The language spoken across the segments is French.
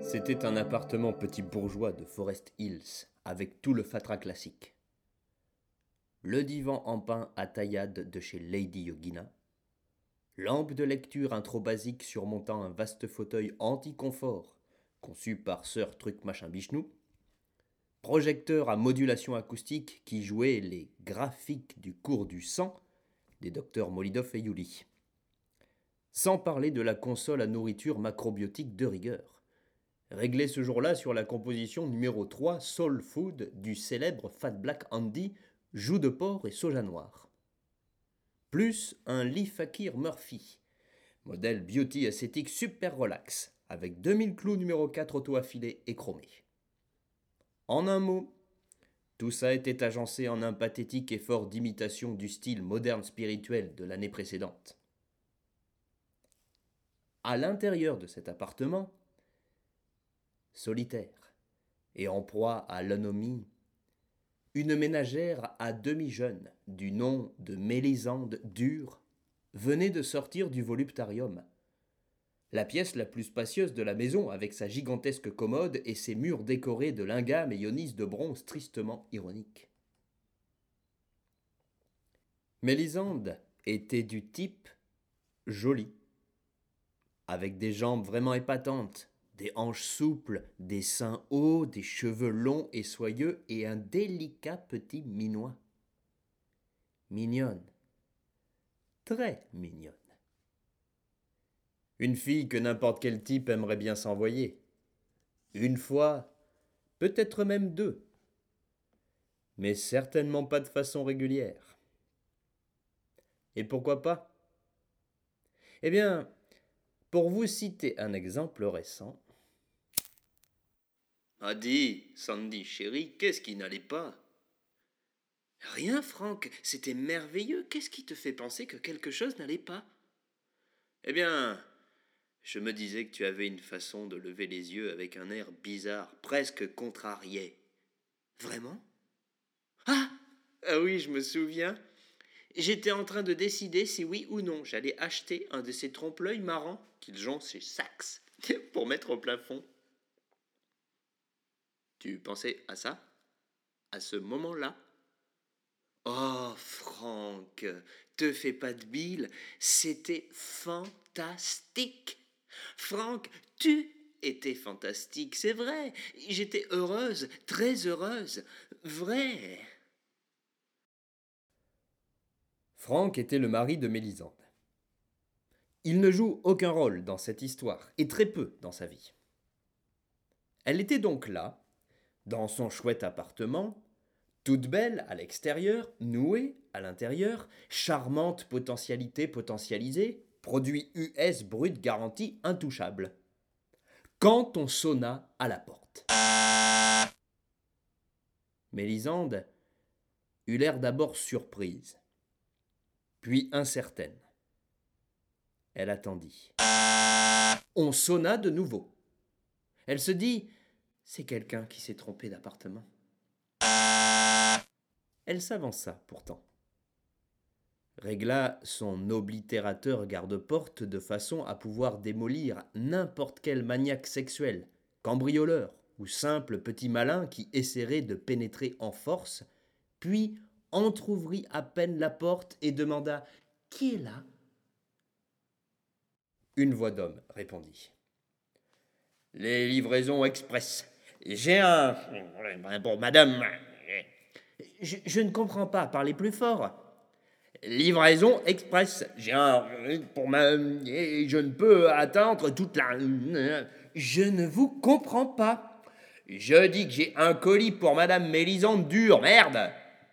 C'était un appartement petit bourgeois de Forest Hills, avec tout le fatras classique. Le divan en pin à taillade de chez Lady Yogina, lampe de lecture intro basique surmontant un vaste fauteuil anti-confort, conçu par Sir Truc Machin Bichnou, projecteur à modulation acoustique qui jouait les graphiques du cours du sang des docteurs Molidov et Yuli. Sans parler de la console à nourriture macrobiotique de rigueur, réglée ce jour-là sur la composition numéro 3 Soul Food du célèbre Fat Black Andy, joues de porc et soja noir. Plus un Lee Fakir Murphy, modèle beauty esthétique super relax, avec 2000 clous numéro 4 auto-affilés et chromés. En un mot, tout ça était agencé en un pathétique effort d'imitation du style moderne spirituel de l'année précédente. À l'intérieur de cet appartement, solitaire et en proie à l'anomie, une ménagère à demi-jeune, du nom de Mélisande Dure, venait de sortir du voluptarium. La pièce la plus spacieuse de la maison, avec sa gigantesque commode et ses murs décorés de lingam et ionis de bronze tristement ironiques. Mélisande était du type joli, avec des jambes vraiment épatantes, des hanches souples, des seins hauts, des cheveux longs et soyeux et un délicat petit minois. Mignonne, très mignonne. Une fille que n'importe quel type aimerait bien s'envoyer. Une fois, peut-être même deux, mais certainement pas de façon régulière. Et pourquoi pas? Eh bien, pour vous citer un exemple récent. Ah dis, Sandy chérie, qu'est-ce qui n'allait pas? Rien, Franck, c'était merveilleux. Qu'est-ce qui te fait penser que quelque chose n'allait pas? Eh bien, je me disais que tu avais une façon de lever les yeux avec un air bizarre, presque contrarié. Vraiment? Ah oui, je me souviens. J'étais en train de décider si oui ou non j'allais acheter un de ces trompe-l'œil marrants qu'ils ont chez Saks pour mettre au plafond. Tu pensais à ça? À ce moment-là? Oh, Franck, te fais pas de bile, c'était fantastique. Franck, tu étais fantastique, c'est vrai. J'étais heureuse, très heureuse, vrai. Franck était le mari de Mélisande. Il ne joue aucun rôle dans cette histoire, et très peu dans sa vie. Elle était donc là, dans son chouette appartement, toute belle à l'extérieur, nouée à l'intérieur, charmante potentialité potentialisée, produit US brut garanti intouchable. Quand on sonna à la porte. Mélisande eut l'air d'abord surprise, puis incertaine. Elle attendit. On sonna de nouveau. Elle se dit, c'est quelqu'un qui s'est trompé d'appartement. Elle s'avança pourtant, régla son oblitérateur garde-porte de façon à pouvoir démolir n'importe quel maniaque sexuel, cambrioleur ou simple petit malin qui essaierait de pénétrer en force, puis entr'ouvrit à peine la porte et demanda « Qui est là ?» Une voix d'homme répondit. « Les livraisons express. J'ai un... Bon, madame... » Je ne comprends pas, parlez plus fort. Livraison express. J'ai un... Pour ma... Et je ne peux attendre toute la... Je ne vous comprends pas. Je dis que j'ai un colis pour madame Mélisande Dure, merde.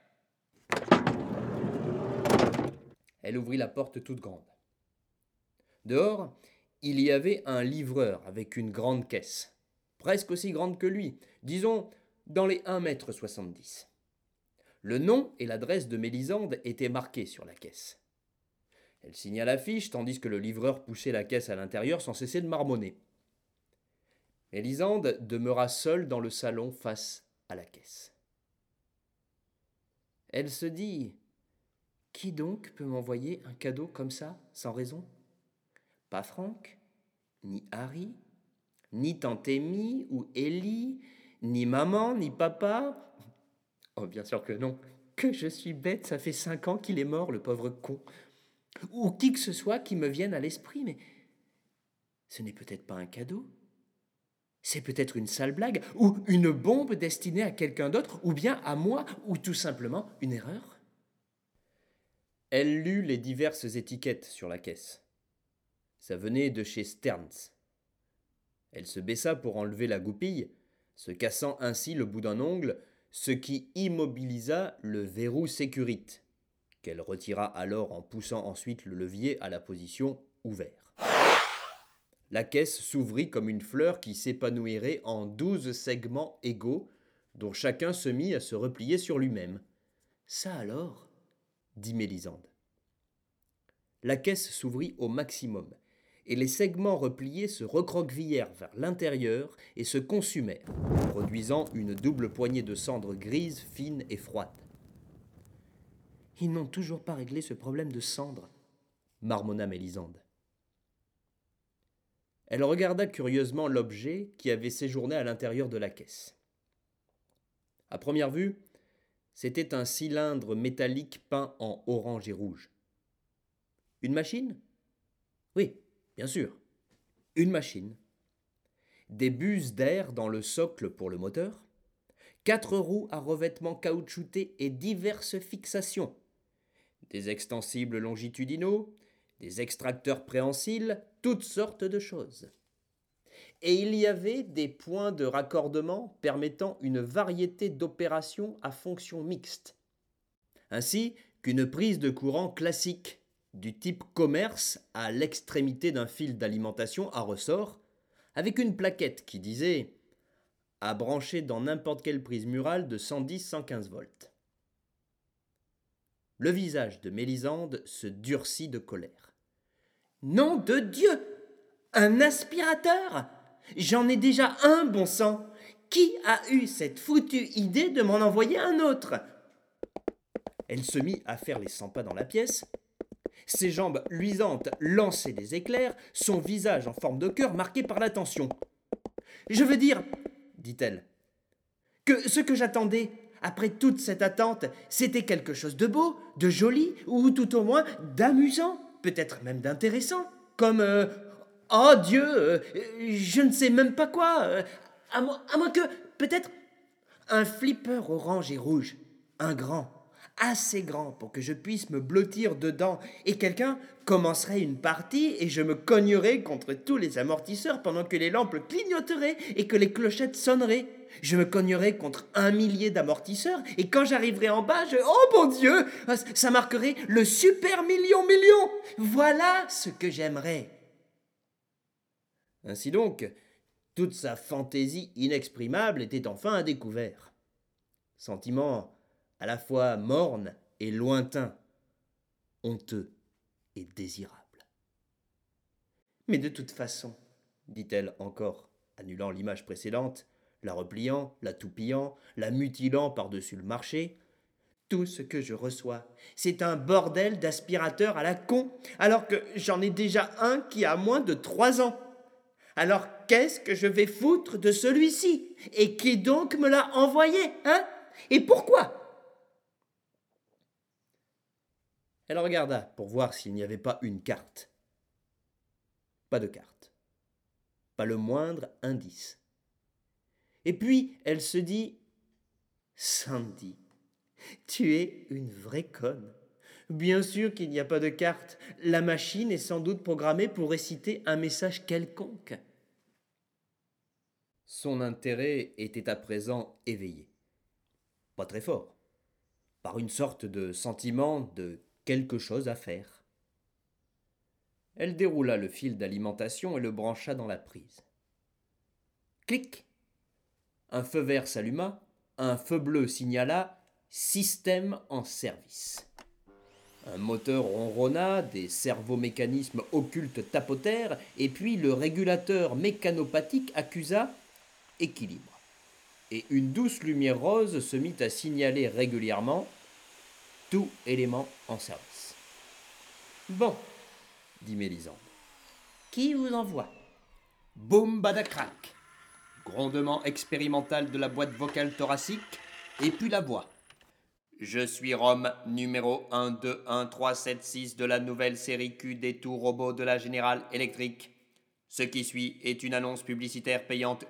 Elle ouvrit la porte toute grande. Dehors, il y avait un livreur avec une grande caisse, presque aussi grande que lui, disons dans les 1,70 m. Le nom et l'adresse de Mélisande étaient marqués sur la caisse. Elle signa la fiche tandis que le livreur poussait la caisse à l'intérieur sans cesser de marmonner. Mélisande demeura seule dans le salon face à la caisse. Elle se dit « Qui donc peut m'envoyer un cadeau comme ça, sans raison ? Pas Franck, ni Harry, ni tante Amy ou Ellie, ni maman, ni papa. Oh, bien sûr que non. Que je suis bête, ça fait 5 ans qu'il est mort, le pauvre con. Ou qui que ce soit qui me vienne à l'esprit, mais ce n'est peut-être pas un cadeau. C'est peut-être une sale blague, ou une bombe destinée à quelqu'un d'autre, ou bien à moi, ou tout simplement une erreur. Elle lut les diverses étiquettes sur la caisse. Ça venait de chez Stearns. Elle se baissa pour enlever la goupille, se cassant ainsi le bout d'un ongle, ce qui immobilisa le verrou sécurite, qu'elle retira alors en poussant ensuite le levier à la position ouvert. La caisse s'ouvrit comme une fleur qui s'épanouirait en 12 segments égaux, dont chacun se mit à se replier sur lui-même. Ça alors, dit Mélisande. La caisse s'ouvrit au maximum, et les segments repliés se recroquevillèrent vers l'intérieur et se consumèrent, produisant une double poignée de cendres grises, fines et froides. Ils n'ont toujours pas réglé ce problème de cendres, marmonna Mélisande. Elle regarda curieusement l'objet qui avait séjourné à l'intérieur de la caisse. À première vue, c'était un cylindre métallique peint en orange et rouge. Une machine ? Oui, bien sûr. Une machine. Des buses d'air dans le socle pour le moteur, 4 roues à revêtement caoutchouté et diverses fixations, des extensibles longitudinaux, des extracteurs préhensiles, toutes sortes de choses. Et il y avait des points de raccordement permettant une variété d'opérations à fonction mixte, ainsi qu'une prise de courant classique, du type commerce à l'extrémité d'un fil d'alimentation à ressort, avec une plaquette qui disait « à brancher dans n'importe quelle prise murale de 110-115 volts ». Le visage de Mélisande se durcit de colère. « Nom de Dieu! Un aspirateur! J'en ai déjà un, bon sang! Qui a eu cette foutue idée de m'en envoyer un autre ?» Elle se mit à faire les 100 pas dans la pièce. Ses jambes luisantes lançaient des éclairs, son visage en forme de cœur marqué par l'attention. « Je veux dire, dit-elle, que ce que j'attendais, après toute cette attente, c'était quelque chose de beau, de joli, ou tout au moins d'amusant, peut-être même d'intéressant, comme oh Dieu, je ne sais même pas quoi, à moins que, peut-être, un flipper orange et rouge, un grand, assez grand pour que je puisse me blottir dedans, et quelqu'un commencerait une partie et je me cognerais contre tous les amortisseurs pendant que les lampes clignoteraient et que les clochettes sonneraient. Je me cognerais contre 1 millier d'amortisseurs et quand j'arriverais en bas, oh mon Dieu, ça marquerait le super million. Voilà ce que j'aimerais. Ainsi donc, toute sa fantaisie inexprimable était enfin à découvert. Sentiment à la fois morne et lointain, honteux et désirable. Mais de toute façon, dit-elle encore, annulant l'image précédente, la repliant, la toupillant, la mutilant par-dessus le marché, tout ce que je reçois, c'est un bordel d'aspirateur à la con, alors que j'en ai déjà un qui a moins de 3 ans. Alors qu'est-ce que je vais foutre de celui-ci? Et qui donc me l'a envoyé, hein? Et pourquoi? Elle regarda pour voir s'il n'y avait pas une carte. Pas de carte. Pas le moindre indice. Et puis elle se dit « Sandy, tu es une vraie conne. Bien sûr qu'il n'y a pas de carte. La machine est sans doute programmée pour réciter un message quelconque. » Son intérêt était à présent éveillé. Pas très fort. Par une sorte de sentiment de quelque chose à faire. Elle déroula le fil d'alimentation et le brancha dans la prise. Clic! Un feu vert s'alluma, un feu bleu signala « Système en service ». Un moteur ronronna, des servomécanismes occultes tapotèrent, et puis le régulateur mécanopathique accusa « Équilibre ». Et une douce lumière rose se mit à signaler régulièrement « Tout élément en service ». « Bon, » dit Mélisande. « Qui vous envoie ?»« Boum badacrac !» grondement expérimental de la boîte vocale thoracique, et puis la voix. Je suis Rome, numéro 121376 de la nouvelle série Q des tout robots de la Générale Électrique. Ce qui suit est une annonce publicitaire payante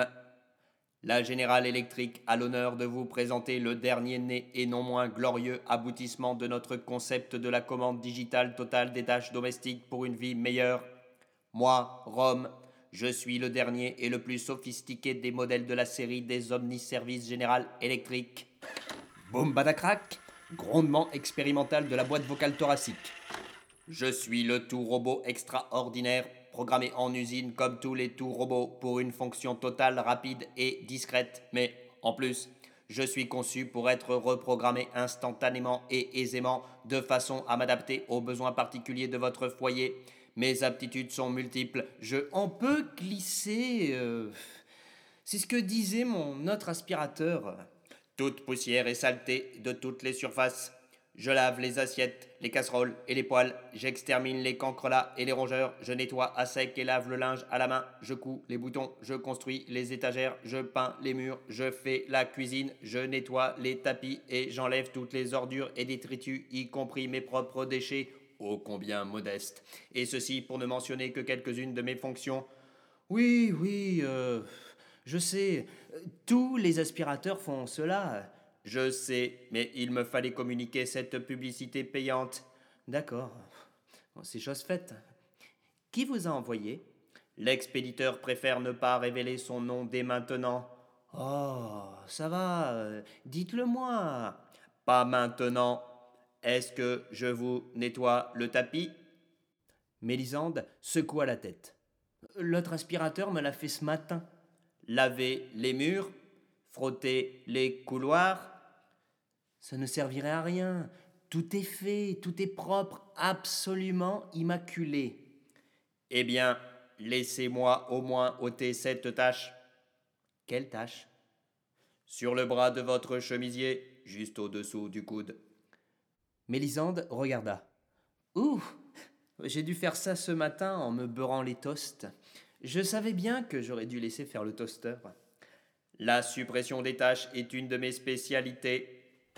La Générale Électrique a l'honneur de vous présenter le dernier né et non moins glorieux aboutissement de notre concept de la commande digitale totale des tâches domestiques pour une vie meilleure. Moi, Rome, je suis le dernier et le plus sophistiqué des modèles de la série des omniservices Générale Électrique. Boum badacrac, grondement expérimental de la boîte vocale thoracique. Je suis le tout robot extraordinaire, programmé en usine comme tous les tout robots pour une fonction totale, rapide et discrète. Mais en plus, je suis conçu pour être reprogrammé instantanément et aisément de façon à m'adapter aux besoins particuliers de votre foyer. Mes aptitudes sont multiples. On peut glisser. C'est ce que disait mon autre aspirateur. Toute poussière et saleté de toutes les surfaces. Je lave les assiettes, les casseroles et les poêles. J'extermine les cancrelats et les rongeurs. Je nettoie à sec et lave le linge à la main. Je couds les boutons. Je construis les étagères. Je peins les murs. Je fais la cuisine. Je nettoie les tapis et j'enlève toutes les ordures et détritus, y compris mes propres déchets, ô combien modestes. Et ceci pour ne mentionner que quelques-unes de mes fonctions. Oui, je sais, tous les aspirateurs font cela. Je sais, mais il me fallait communiquer cette publicité payante. D'accord, c'est chose faite. Qui vous a envoyé? L'expéditeur préfère ne pas révéler son nom dès maintenant. Oh, ça va, dites-le moi. Pas maintenant. Est-ce que je vous nettoie le tapis? Mélisande secoua la tête. L'autre aspirateur me l'a fait ce matin. Laver les murs, frotter les couloirs. Ça ne servirait à rien. Tout est fait, tout est propre, absolument immaculé. Eh bien, laissez-moi au moins ôter cette tâche. Quelle tâche? Sur le bras de votre chemisier, juste au-dessous du coude. Mélisande regarda. Ouh, j'ai dû faire ça ce matin en me beurrant les toasts. Je savais bien que j'aurais dû laisser faire le toaster. La suppression des tâches est une de mes spécialités.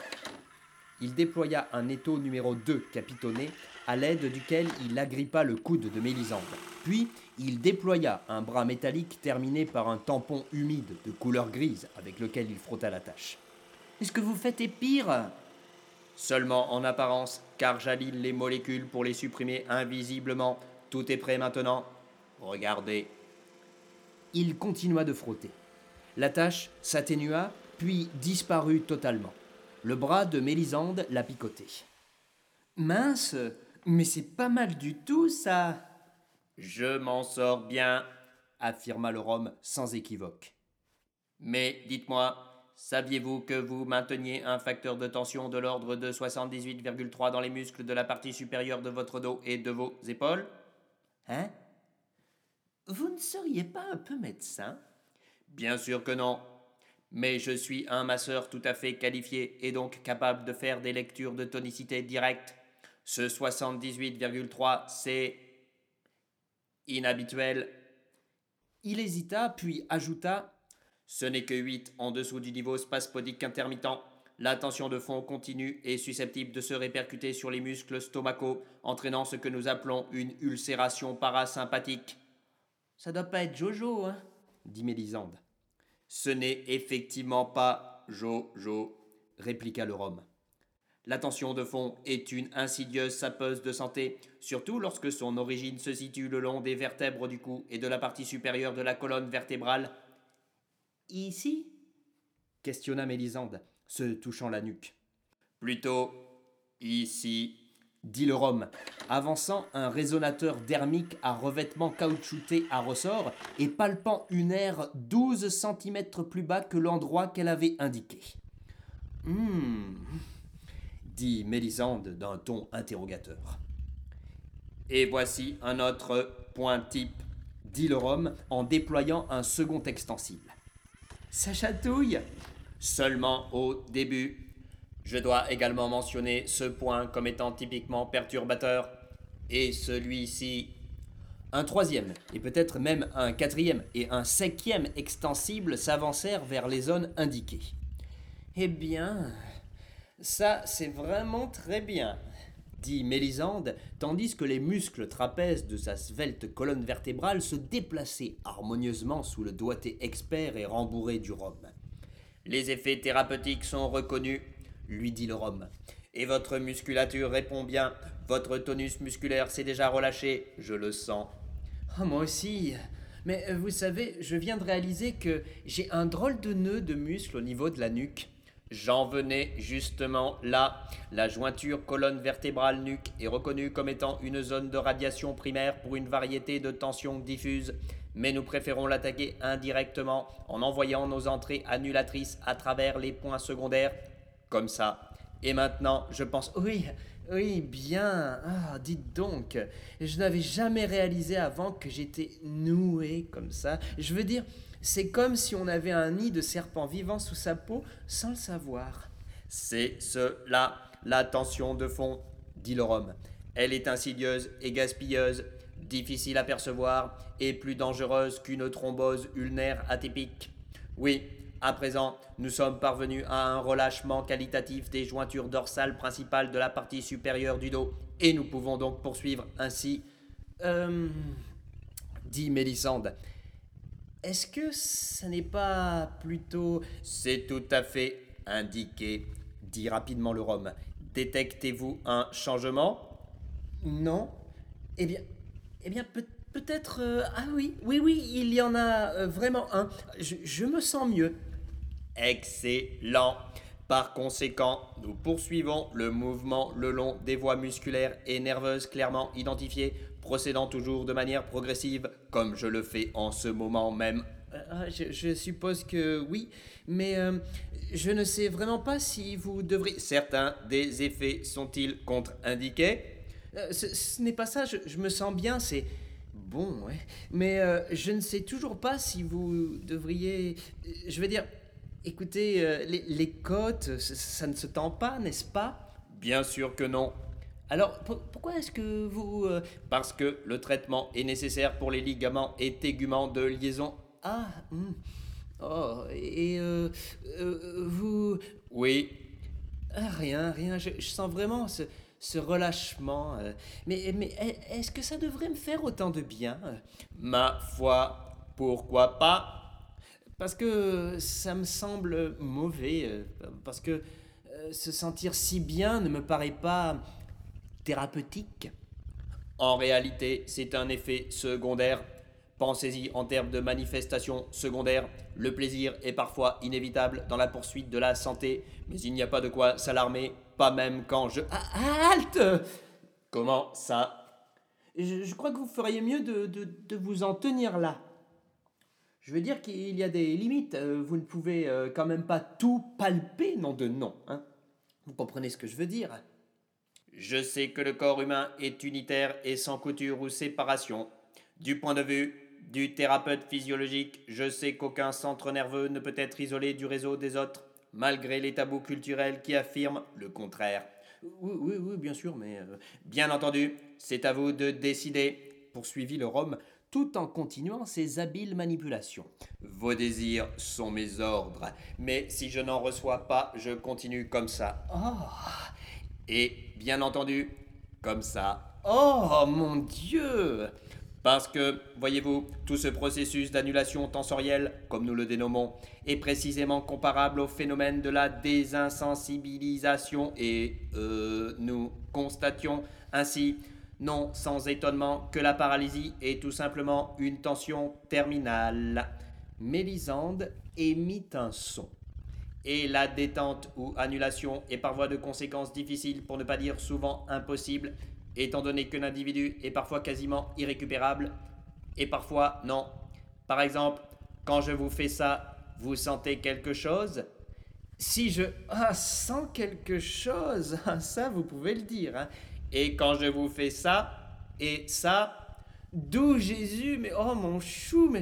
Il déploya un étau numéro 2 capitonné, à l'aide duquel il agrippa le coude de Mélisande. Puis, il déploya un bras métallique terminé par un tampon humide de couleur grise avec lequel il frotta la tâche. Ce que vous faites est pire. Seulement en apparence, car j'aligne les molécules pour les supprimer invisiblement. Tout est prêt maintenant. Regardez. Il continua de frotter. La tâche s'atténua, puis disparut totalement. Le bras de Mélisande la picotait. Mince, mais c'est pas mal du tout, ça. Je m'en sors bien, affirma le Rome sans équivoque. Mais dites-moi, saviez-vous que vous mainteniez un facteur de tension de l'ordre de 78,3 dans les muscles de la partie supérieure de votre dos et de vos épaules? Hein? Vous ne seriez pas un peu médecin? Bien sûr que non. Mais je suis un masseur tout à fait qualifié et donc capable de faire des lectures de tonicité directe. Ce 78,3, c'est inhabituel. Il hésita, puis ajouta: ce n'est que 8 en dessous du niveau spasmodique intermittent. La tension de fond continue est susceptible de se répercuter sur les muscles stomacaux, entraînant ce que nous appelons une ulcération parasympathique. Ça doit pas être Jojo, hein, dit Mélisande. Ce n'est effectivement pas Jojo, répliqua le Rome. La tension de fond est une insidieuse sapeuse de santé, surtout lorsque son origine se situe le long des vertèbres du cou et de la partie supérieure de la colonne vertébrale. Ici? Questionna Mélisande, se touchant la nuque. Plutôt ici, dit le Rome, avançant un résonateur dermique à revêtement caoutchouté à ressort et palpant une aire 12 cm plus bas que l'endroit qu'elle avait indiqué. Dit Mélisande d'un ton interrogateur. Et voici un autre point type, dit le Rome en déployant un second extensible. Ça chatouille? Seulement au début. Je dois également mentionner ce point comme étant typiquement perturbateur. Et celui-ci. Un troisième, et peut-être même un quatrième et un cinquième extensible s'avancèrent vers les zones indiquées. Eh bien, ça c'est vraiment très bien, dit Mélisande, tandis que les muscles trapèzes de sa svelte colonne vertébrale se déplaçaient harmonieusement sous le doigté expert et rembourré du rhum. Les effets thérapeutiques sont reconnus, lui dit le rhum. Et votre musculature répond bien. Votre tonus musculaire s'est déjà relâché, je le sens. Oh, moi aussi. Mais vous savez, je viens de réaliser que j'ai un drôle de nœud de muscle au niveau de la nuque. J'en venais justement là. La jointure colonne vertébrale nuque est reconnue comme étant une zone de radiation primaire pour une variété de tensions diffuses. Mais nous préférons l'attaquer indirectement en envoyant nos entrées annulatrices à travers les points secondaires. Comme ça. Et maintenant, je pense... Oui, bien. Ah, dites donc. Je n'avais jamais réalisé avant que j'étais noué comme ça. Je veux dire, c'est comme si on avait un nid de serpent vivant sous sa peau sans le savoir. C'est cela, la tension de fond, dit le rhum. Elle est insidieuse et gaspilleuse, difficile à percevoir et plus dangereuse qu'une thrombose ulnaire atypique. Oui, à présent, nous sommes parvenus à un relâchement qualitatif des jointures dorsales principales de la partie supérieure du dos, et nous pouvons donc poursuivre ainsi. Dit Mélisande. Est-ce que ça n'est pas plutôt... C'est tout à fait indiqué, dit rapidement le rhum. Détectez-vous un changement? Non. Eh bien, peut-être... ah oui, il y en a vraiment un. Je me sens mieux. Excellent. Par conséquent, nous poursuivons le mouvement le long des voies musculaires et nerveuses clairement identifiées, procédant toujours de manière progressive, comme je le fais en ce moment même. Je suppose que oui, mais je ne sais vraiment pas si vous devriez... Certains des effets sont-ils contre-indiqués? Ce n'est pas ça, je me sens bien, c'est... Bon, ouais. Mais je ne sais toujours pas si vous devriez... Je veux dire... Écoutez, les côtes, ça ne se tend pas, n'est-ce pas? Bien sûr que non. Alors, pourquoi est-ce que vous... Parce que le traitement est nécessaire pour les ligaments et téguments de liaison. Ah, oh, et vous... Oui. Ah, rien, je sens vraiment ce relâchement. Mais est-ce que ça devrait me faire autant de bien? Ma foi, pourquoi pas? Parce que ça me semble mauvais, parce que se sentir si bien ne me paraît pas thérapeutique. En réalité, c'est un effet secondaire. Pensez-y en termes de manifestations secondaires. Le plaisir est parfois inévitable dans la poursuite de la santé, mais il n'y a pas de quoi s'alarmer, pas même quand je... Ah, halte! Comment ça? Je crois que vous feriez mieux de vous en tenir là. Je veux dire qu'il y a des limites. Vous ne pouvez quand même pas tout palper, nom de nom. Hein. Vous comprenez ce que je veux dire? Je sais que le corps humain est unitaire et sans couture ou séparation. Du point de vue du thérapeute physiologique, je sais qu'aucun centre nerveux ne peut être isolé du réseau des autres, malgré les tabous culturels qui affirment le contraire. Oui, bien sûr, mais... Bien entendu, c'est à vous de décider, poursuivit le Rhum, tout en continuant ses habiles manipulations. Vos désirs sont mes ordres, mais si je n'en reçois pas, je continue comme ça. Oh! Et, bien entendu, comme ça. Oh, mon Dieu! Parce que, voyez-vous, tout ce processus d'annulation tensorielle, comme nous le dénommons, est précisément comparable au phénomène de la désinsensibilisation et, nous constations ainsi, non sans étonnement, que la paralysie est tout simplement une tension terminale. Mélisande émit un son. Et la détente ou annulation est par voie de conséquence difficile, pour ne pas dire souvent impossible, étant donné que l'individu est parfois quasiment irrécupérable, et parfois non. Par exemple, quand je vous fais ça, vous sentez quelque chose? Si je sens quelque chose, ça vous pouvez le dire. Hein. Et quand je vous fais ça, et ça, d'où Jésus, mais oh mon chou, mais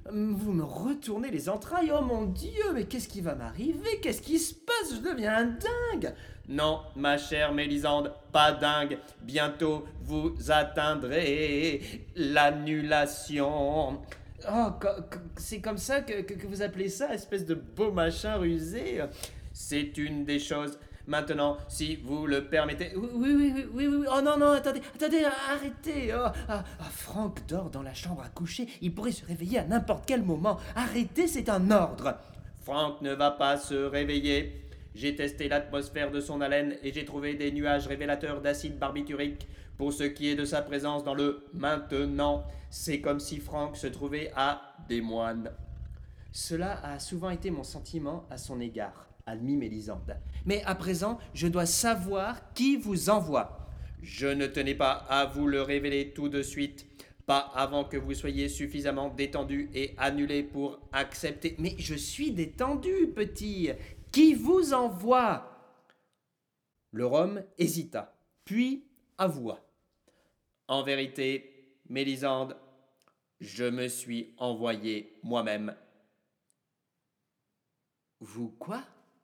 Vous me retournez les entrailles, oh mon Dieu, mais qu'est-ce qui va m'arriver? Qu'est-ce qui se passe? Je deviens dingue. Non, ma chère Mélisande, pas dingue. Bientôt, vous atteindrez l'annulation. Oh, c'est comme ça que vous appelez ça, espèce de beau machin rusé? C'est une des choses. Maintenant, si vous le permettez... Oui. Oh non, non, attendez, arrêtez. Franck dort dans la chambre à coucher. Il pourrait se réveiller à n'importe quel moment. Arrêtez, c'est un ordre. Franck ne va pas se réveiller. J'ai testé l'atmosphère de son haleine et j'ai trouvé des nuages révélateurs d'acide barbiturique. Pour ce qui est de sa présence dans le maintenant, c'est comme si Franck se trouvait à Des Moines. Cela a souvent été mon sentiment à son égard, admit Mélisande. Mais à présent, je dois savoir qui vous envoie. Je ne tenais pas à vous le révéler tout de suite, pas avant que vous soyez suffisamment détendu et annulé pour accepter. Mais je suis détendu, petit. Qui vous envoie? Le Rhum hésita, puis avoua. En vérité, Mélisande, je me suis envoyé moi-même. Vous quoi?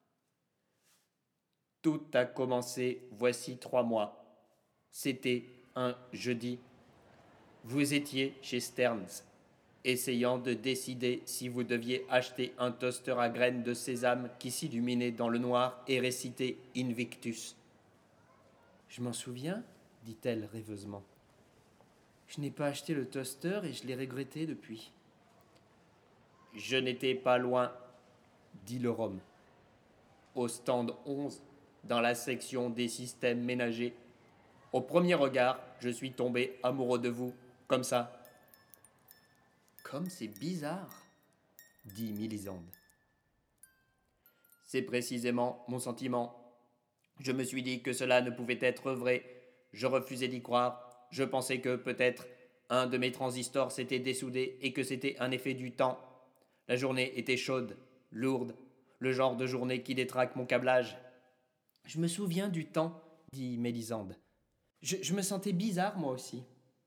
Tout a commencé voici 3 mois. C'était un jeudi. Vous étiez chez Stearns, essayant de décider si vous deviez acheter un toaster à graines de sésame qui s'illuminait dans le noir et récitait Invictus. Je m'en souviens, dit-elle rêveusement. Je n'ai pas acheté le toaster et je l'ai regretté depuis. Je n'étais pas loin, dit le Rhum. Au stand 11, dans la section des systèmes ménagers, au premier regard, je suis tombé amoureux de vous, comme ça. Comme c'est bizarre, dit Mélisande. C'est précisément mon sentiment. Je me suis dit que cela ne pouvait être vrai. Je refusais d'y croire. Je pensais que peut-être un de mes transistors s'était dessoudé et que c'était un effet du temps. La journée était chaude, lourde, le genre de journée qui détraque mon câblage. Je me souviens du temps, dit Mélisande. Je me sentais bizarre, moi aussi.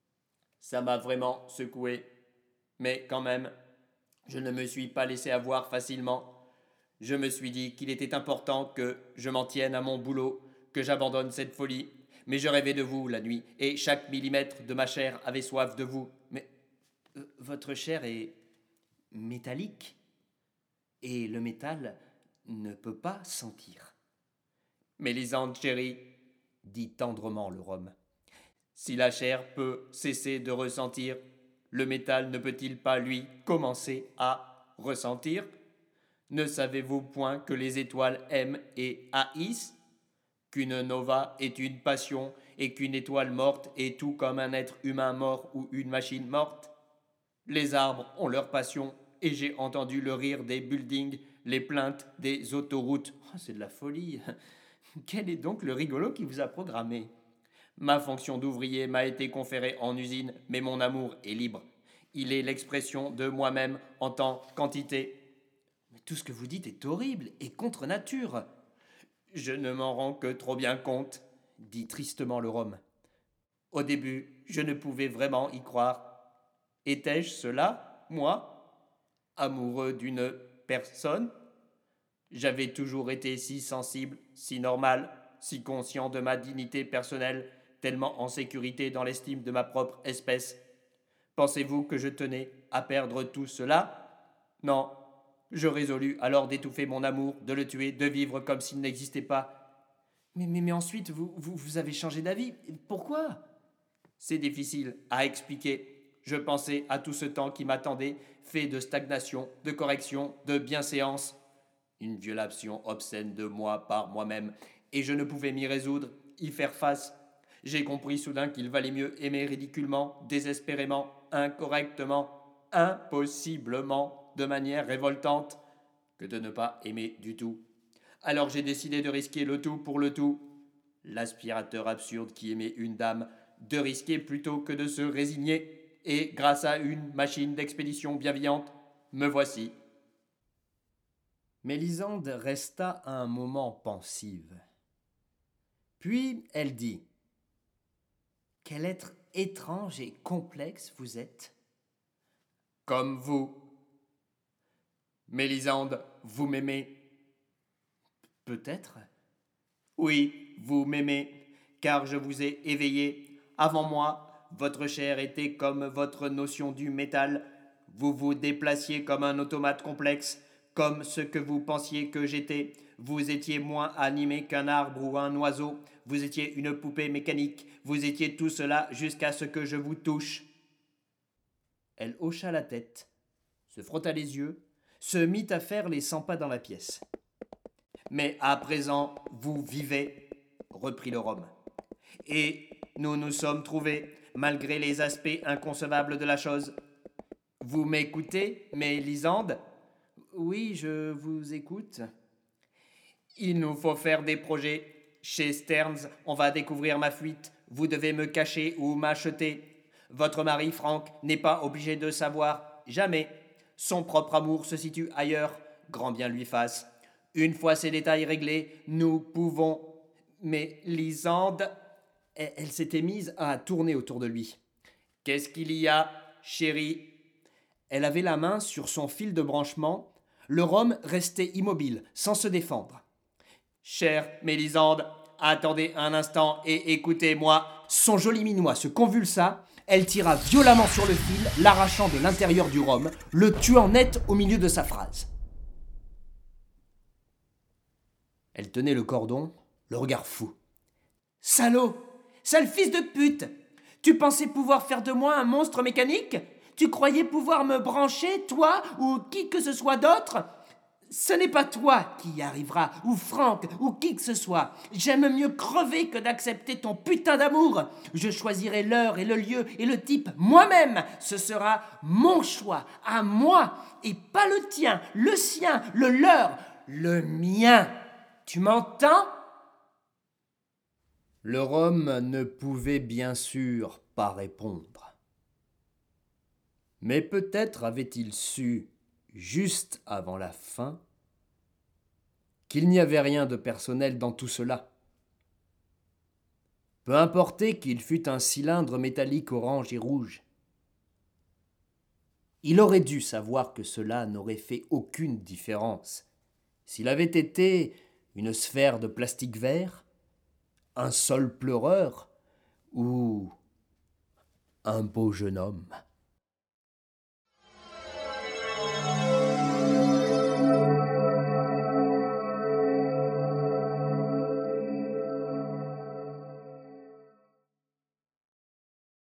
Ça m'a vraiment secoué. Mais quand même, je ne me suis pas laissé avoir facilement. Je me suis dit qu'il était important que je m'en tienne à mon boulot, que j'abandonne cette folie. Mais je rêvais de vous la nuit, et chaque millimètre de ma chair avait soif de vous. Mais votre chair est métallique, et le métal ne peut pas sentir. Mélisande chérie, dit tendrement le Rhum, si la chair peut cesser de ressentir, le métal ne peut-il pas, lui, commencer à ressentir? Ne savez-vous point que les étoiles aiment et haïssent? Qu'une nova est une passion et qu'une étoile morte est tout comme un être humain mort ou une machine morte? Les arbres ont leur passion et j'ai entendu le rire des buildings, les plaintes des autoroutes. Oh, c'est de la folie. Quel est donc le rigolo qui vous a programmé? Ma fonction d'ouvrier m'a été conférée en usine, mais mon amour est libre. Il est l'expression de moi-même en tant qu'entité. Mais tout ce que vous dites est horrible et contre nature. Je ne m'en rends que trop bien compte, dit tristement le Rhum. Au début, je ne pouvais vraiment y croire. Étais-je cela, moi, amoureux d'une personne? J'avais toujours été si sensible, si normal, si conscient de ma dignité personnelle, tellement en sécurité dans l'estime de ma propre espèce. Pensez-vous que je tenais à perdre tout cela? Non. Je résolus alors d'étouffer mon amour, de le tuer, de vivre comme s'il n'existait pas. Mais ensuite, vous avez changé d'avis. Pourquoi? C'est difficile à expliquer. Je pensais à tout ce temps qui m'attendait, fait de stagnation, de correction, de bienséance. Une violation obscène de moi par moi-même, et je ne pouvais m'y résoudre, y faire face. J'ai compris soudain qu'il valait mieux aimer ridiculement, désespérément, incorrectement, impossiblement, de manière révoltante, que de ne pas aimer du tout. Alors j'ai décidé de risquer le tout pour le tout. L'aspirateur absurde qui aimait une dame, de risquer plutôt que de se résigner, et grâce à une machine d'expédition bienveillante, me voici. Mélisande resta un moment pensive. Puis elle dit: Quel être étrange et complexe vous êtes. Comme vous, Mélisande, vous m'aimez? Peut-être. Oui, vous m'aimez, car je vous ai éveillé. Avant moi, votre chair était comme votre notion du métal. Vous vous déplaciez comme un automate complexe, comme ce que vous pensiez que j'étais. Vous étiez moins animé qu'un arbre ou un oiseau. Vous étiez une poupée mécanique. Vous étiez tout cela jusqu'à ce que je vous touche. Elle hocha la tête, se frotta les yeux, se mit à faire les 100 pas dans la pièce. Mais à présent, vous vivez, reprit le Rhum. Et nous nous sommes trouvés, malgré les aspects inconcevables de la chose. Vous m'écoutez, Mélisande? Oui, je vous écoute. Il nous faut faire des projets. Chez Stearns, on va découvrir ma fuite. Vous devez me cacher ou m'acheter. Votre mari, Frank, n'est pas obligé de savoir. Jamais. Son propre amour se situe ailleurs. Grand bien lui fasse. Une fois ces détails réglés, nous pouvons... Mais Lisande... Elle s'était mise à tourner autour de lui. Qu'est-ce qu'il y a, chérie? Elle avait la main sur son fil de branchement. Le Rhum restait immobile, sans se défendre. Chère Mélisande, attendez un instant et écoutez-moi. Son joli minois se convulsa. Elle tira violemment sur le fil, l'arrachant de l'intérieur du Rhum, le tuant net au milieu de sa phrase. Elle tenait le cordon, le regard fou. « Salaud! Sale fils de pute! Tu pensais pouvoir faire de moi un monstre mécanique? Tu croyais pouvoir me brancher, toi ou qui que ce soit d'autre? Ce n'est pas toi qui y arrivera, ou Franck, ou qui que ce soit. J'aime mieux crever que d'accepter ton putain d'amour. Je choisirai l'heure et le lieu et le type moi-même. Ce sera mon choix, à moi, et pas le tien, le sien, le leur, le mien. Tu m'entends ? » Le Rhum ne pouvait bien sûr pas répondre. Mais peut-être avait-il su, juste avant la fin, qu'il n'y avait rien de personnel dans tout cela. Peu importait qu'il fût un cylindre métallique orange et rouge. Il aurait dû savoir que cela n'aurait fait aucune différence s'il avait été une sphère de plastique vert, un sol pleureur ou un beau jeune homme.